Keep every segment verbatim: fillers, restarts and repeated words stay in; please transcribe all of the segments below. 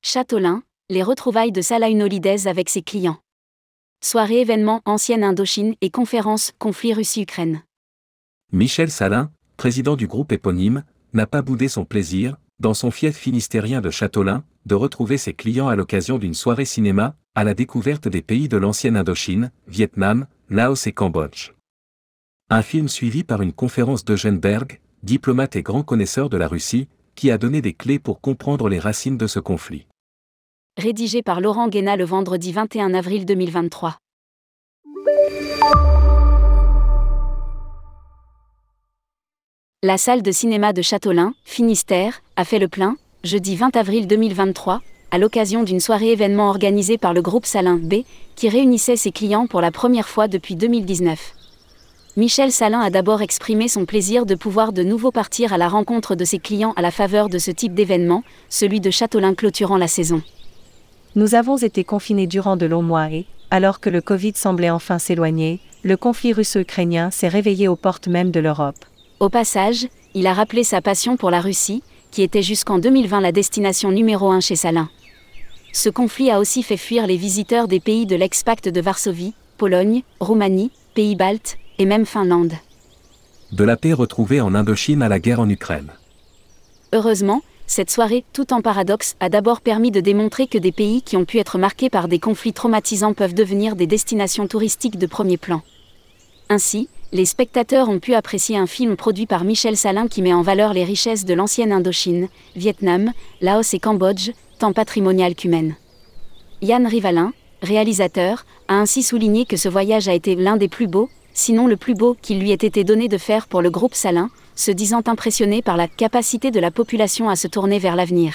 Châteaulin, les retrouvailles de Salah Holidays avec ses clients. Soirée événement Ancienne Indochine et conférence Conflit Russie-Ukraine. Michel Salin, président du groupe éponyme, n'a pas boudé son plaisir, dans son fief finistérien de Châteaulin, de retrouver ses clients à l'occasion d'une soirée cinéma, à la découverte des pays de l'ancienne Indochine, Vietnam, Laos et Cambodge. Un film suivi par une conférence d'Eugène Berg, diplomate et grand connaisseur de la Russie, qui a donné des clés pour comprendre les racines de ce conflit. Rédigé par Laurent Guéna le vendredi vingt et un avril deux mille vingt-trois. La salle de cinéma de Châteaulin, Finistère, a fait le plein, jeudi vingt avril deux mille vingt-trois, à l'occasion d'une soirée événement organisée par le groupe Salin B, qui réunissait ses clients pour la première fois depuis deux mille dix-neuf. Michel Salin a d'abord exprimé son plaisir de pouvoir de nouveau partir à la rencontre de ses clients à la faveur de ce type d'événement, celui de Châteaulin clôturant la saison. Nous avons été confinés durant de longs mois et, alors que le Covid semblait enfin s'éloigner, le conflit russo-ukrainien s'est réveillé aux portes même de l'Europe. Au passage, il a rappelé sa passion pour la Russie, qui était jusqu'en deux mille vingt la destination numéro un chez Salin. Ce conflit a aussi fait fuir les visiteurs des pays de l'ex-pacte de Varsovie, Pologne, Roumanie, Pays-Baltes, et même Finlande. De la paix retrouvée en Indochine à la guerre en Ukraine. Heureusement, cette soirée, tout en paradoxe, a d'abord permis de démontrer que des pays qui ont pu être marqués par des conflits traumatisants peuvent devenir des destinations touristiques de premier plan. Ainsi, les spectateurs ont pu apprécier un film produit par Michel Salin qui met en valeur les richesses de l'ancienne Indochine, Vietnam, Laos et Cambodge, tant patrimoniales qu'humaines. Yann Rivalin, réalisateur, a ainsi souligné que ce voyage a été l'un des plus beaux, sinon le plus beau qu'il lui ait été donné de faire pour le groupe Salin, se disant impressionné par la capacité de la population à se tourner vers l'avenir.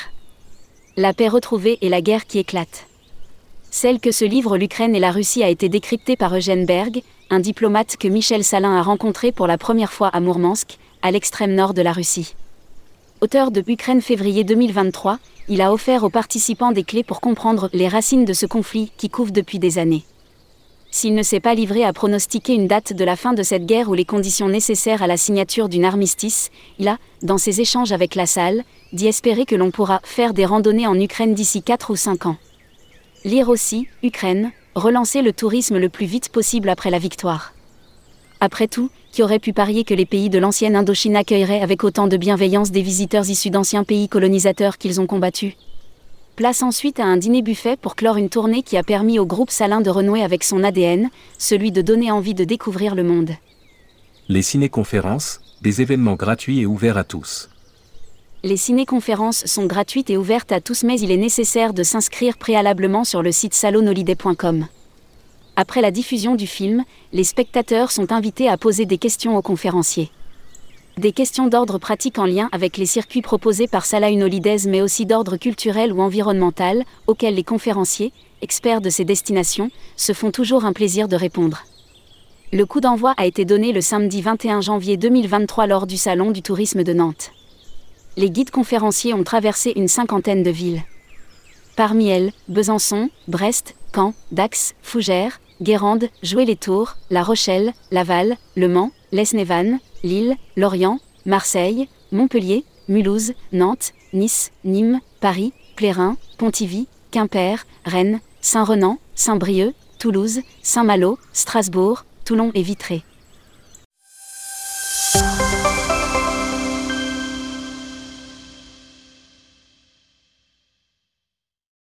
La paix retrouvée et la guerre qui éclate. Celle que se livrent l'Ukraine et la Russie a été décryptée par Eugène Berg, un diplomate que Michel Salin a rencontré pour la première fois à Mourmansk, à l'extrême nord de la Russie. Auteur de Ukraine février deux mille vingt-trois, il a offert aux participants des clés pour comprendre les racines de ce conflit qui couve depuis des années. S'il ne s'est pas livré à pronostiquer une date de la fin de cette guerre ou les conditions nécessaires à la signature d'une armistice, il a, dans ses échanges avec la salle, dit espérer que l'on pourra faire des randonnées en Ukraine d'ici quatre ou cinq ans. Lire aussi, Ukraine, relancer le tourisme le plus vite possible après la victoire. Après tout, qui aurait pu parier que les pays de l'ancienne Indochine accueilleraient avec autant de bienveillance des visiteurs issus d'anciens pays colonisateurs qu'ils ont combattus? Place ensuite à un dîner-buffet pour clore une tournée qui a permis au groupe Salin de renouer avec son A D N, celui de donner envie de découvrir le monde. Les ciné-conférences, des événements gratuits et ouverts à tous. Les ciné-conférences sont gratuites et ouvertes à tous mais il est nécessaire de s'inscrire préalablement sur le site salon holiday point com. Après la diffusion du film, les spectateurs sont invités à poser des questions aux conférenciers. Des questions d'ordre pratique en lien avec les circuits proposés par Salah Holidays mais aussi d'ordre culturel ou environnemental, auxquels les conférenciers, experts de ces destinations, se font toujours un plaisir de répondre. Le coup d'envoi a été donné le samedi vingt et un janvier deux mille vingt-trois lors du Salon du tourisme de Nantes. Les guides conférenciers ont traversé une cinquantaine de villes. Parmi elles, Besançon, Brest, Caen, Dax, Fougères, Guérande, Joué-les-Tours, La Rochelle, Laval, Le Mans, Lesnevan, Lille, Lorient, Marseille, Montpellier, Mulhouse, Nantes, Nice, Nîmes, Paris, Plérin, Pontivy, Quimper, Rennes, Saint-Renan, Saint-Brieuc, Toulouse, Saint-Malo, Strasbourg, Toulon et Vitré.